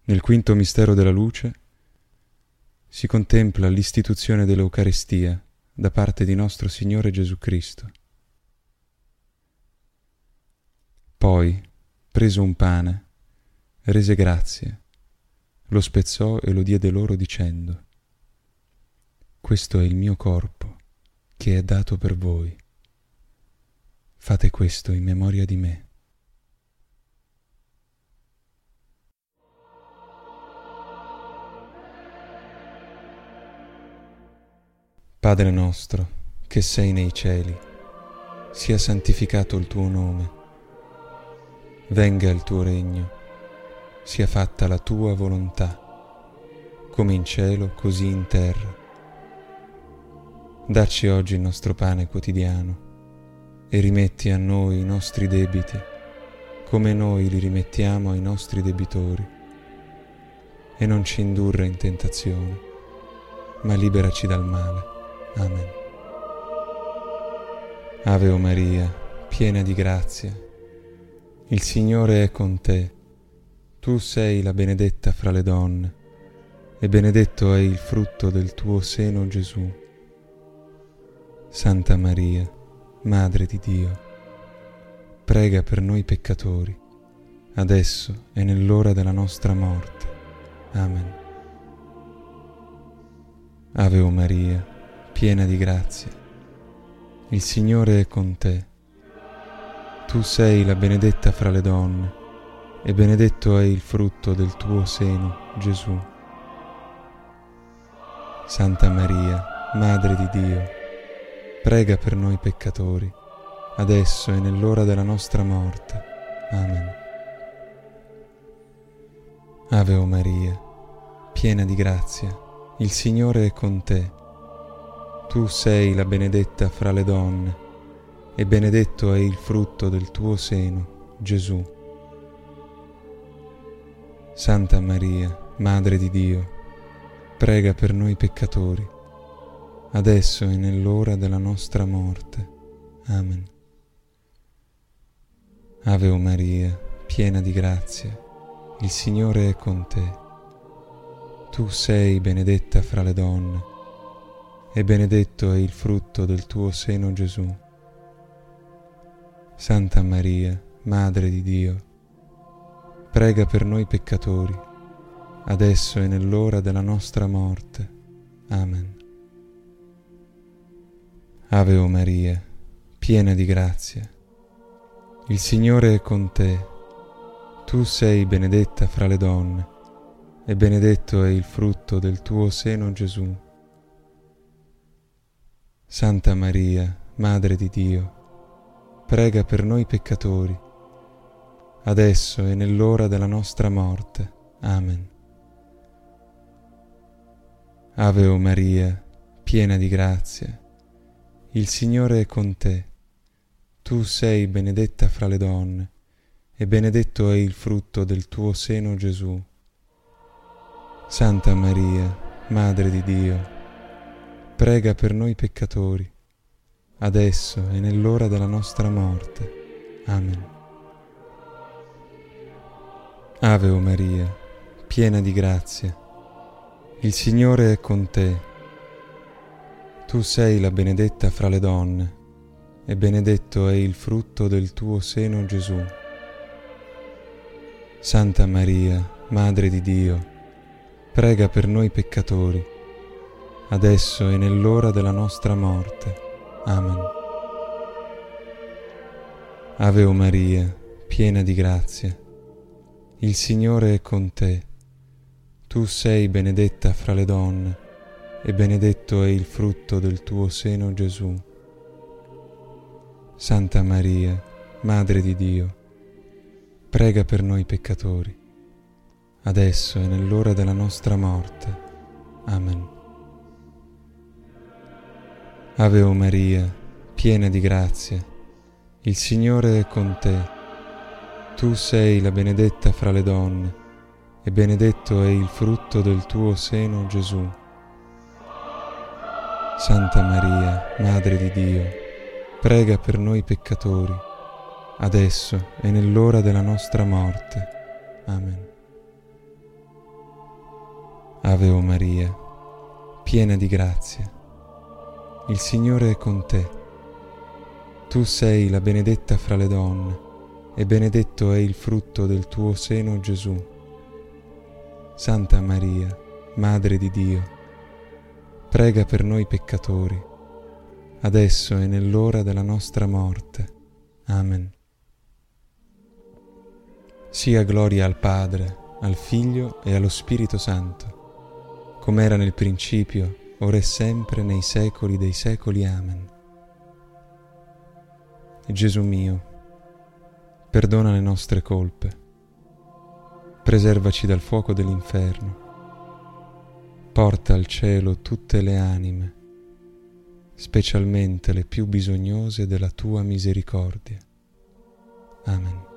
Nel quinto mistero della luce si contempla l'istituzione dell'Eucaristia da parte di nostro Signore Gesù Cristo. Poi, preso un pane, rese grazie, lo spezzò e lo diede loro dicendo: «Questo è il mio corpo, che è dato per voi. Fate questo in memoria di me». Padre nostro, che sei nei cieli, sia santificato il tuo nome. Venga il tuo regno, sia fatta la tua volontà, come in cielo così in terra. Dacci oggi il nostro pane quotidiano e rimetti a noi i nostri debiti, come noi li rimettiamo ai nostri debitori. E non ci indurre in tentazione, ma liberaci dal male. Amen. Ave o Maria, piena di grazia, il Signore è con te. Tu sei la benedetta fra le donne, e benedetto è il frutto del tuo seno, Gesù. Santa Maria, Madre di Dio, prega per noi peccatori, adesso e nell'ora della nostra morte. Amen. Ave o Maria, piena di grazia, il Signore è con te. Tu sei la benedetta fra le donne, e benedetto è il frutto del tuo seno, Gesù. Santa Maria, Madre di Dio, prega per noi peccatori, adesso e nell'ora della nostra morte. Amen. Ave o Maria, piena di grazia, il Signore è con te. Tu sei la benedetta fra le donne, e benedetto è il frutto del tuo seno, Gesù. Santa Maria, Madre di Dio, prega per noi peccatori, adesso e nell'ora della nostra morte. Amen. Ave o Maria, piena di grazia, il Signore è con te. Tu sei benedetta fra le donne, e benedetto è il frutto del tuo seno, Gesù. Santa Maria, Madre di Dio, prega per noi peccatori, adesso e nell'ora della nostra morte. Amen. Ave o Maria, piena di grazia, il Signore è con te. Tu sei benedetta fra le donne, e benedetto è il frutto del tuo seno, Gesù. Santa Maria, Madre di Dio, prega per noi peccatori, adesso e nell'ora della nostra morte. Amen. Ave o Maria, piena di grazia, il Signore è con te. Tu sei benedetta fra le donne, e benedetto è il frutto del tuo seno, Gesù. Santa Maria, Madre di Dio, prega per noi peccatori, adesso e nell'ora della nostra morte. Amen. Ave o Maria, piena di grazia, il Signore è con te. Tu sei la benedetta fra le donne, e benedetto è il frutto del tuo seno, Gesù. Santa Maria, Madre di Dio, prega per noi peccatori, adesso e nell'ora della nostra morte. Amen. Ave o Maria, piena di grazia, il Signore è con te. Tu sei benedetta fra le donne, e benedetto è il frutto del tuo seno, Gesù. Santa Maria, Madre di Dio, prega per noi peccatori, adesso e nell'ora della nostra morte. Amen. Ave o Maria, piena di grazia, il Signore è con te. Tu sei la benedetta fra le donne, e benedetto è il frutto del tuo seno, Gesù. Santa Maria, Madre di Dio, prega per noi peccatori, adesso e nell'ora della nostra morte. Amen. Ave o Maria, piena di grazia, il Signore è con te. Tu sei la benedetta fra le donne, e benedetto è il frutto del tuo seno, Gesù. Santa Maria, Madre di Dio, prega per noi peccatori, adesso e nell'ora della nostra morte. Amen. Sia gloria al Padre, al Figlio e allo Spirito Santo, come era nel principio, ora e sempre, nei secoli dei secoli. Amen. Gesù mio, perdona le nostre colpe, preservaci dal fuoco dell'inferno, porta al cielo tutte le anime, specialmente le più bisognose della tua misericordia. Amen.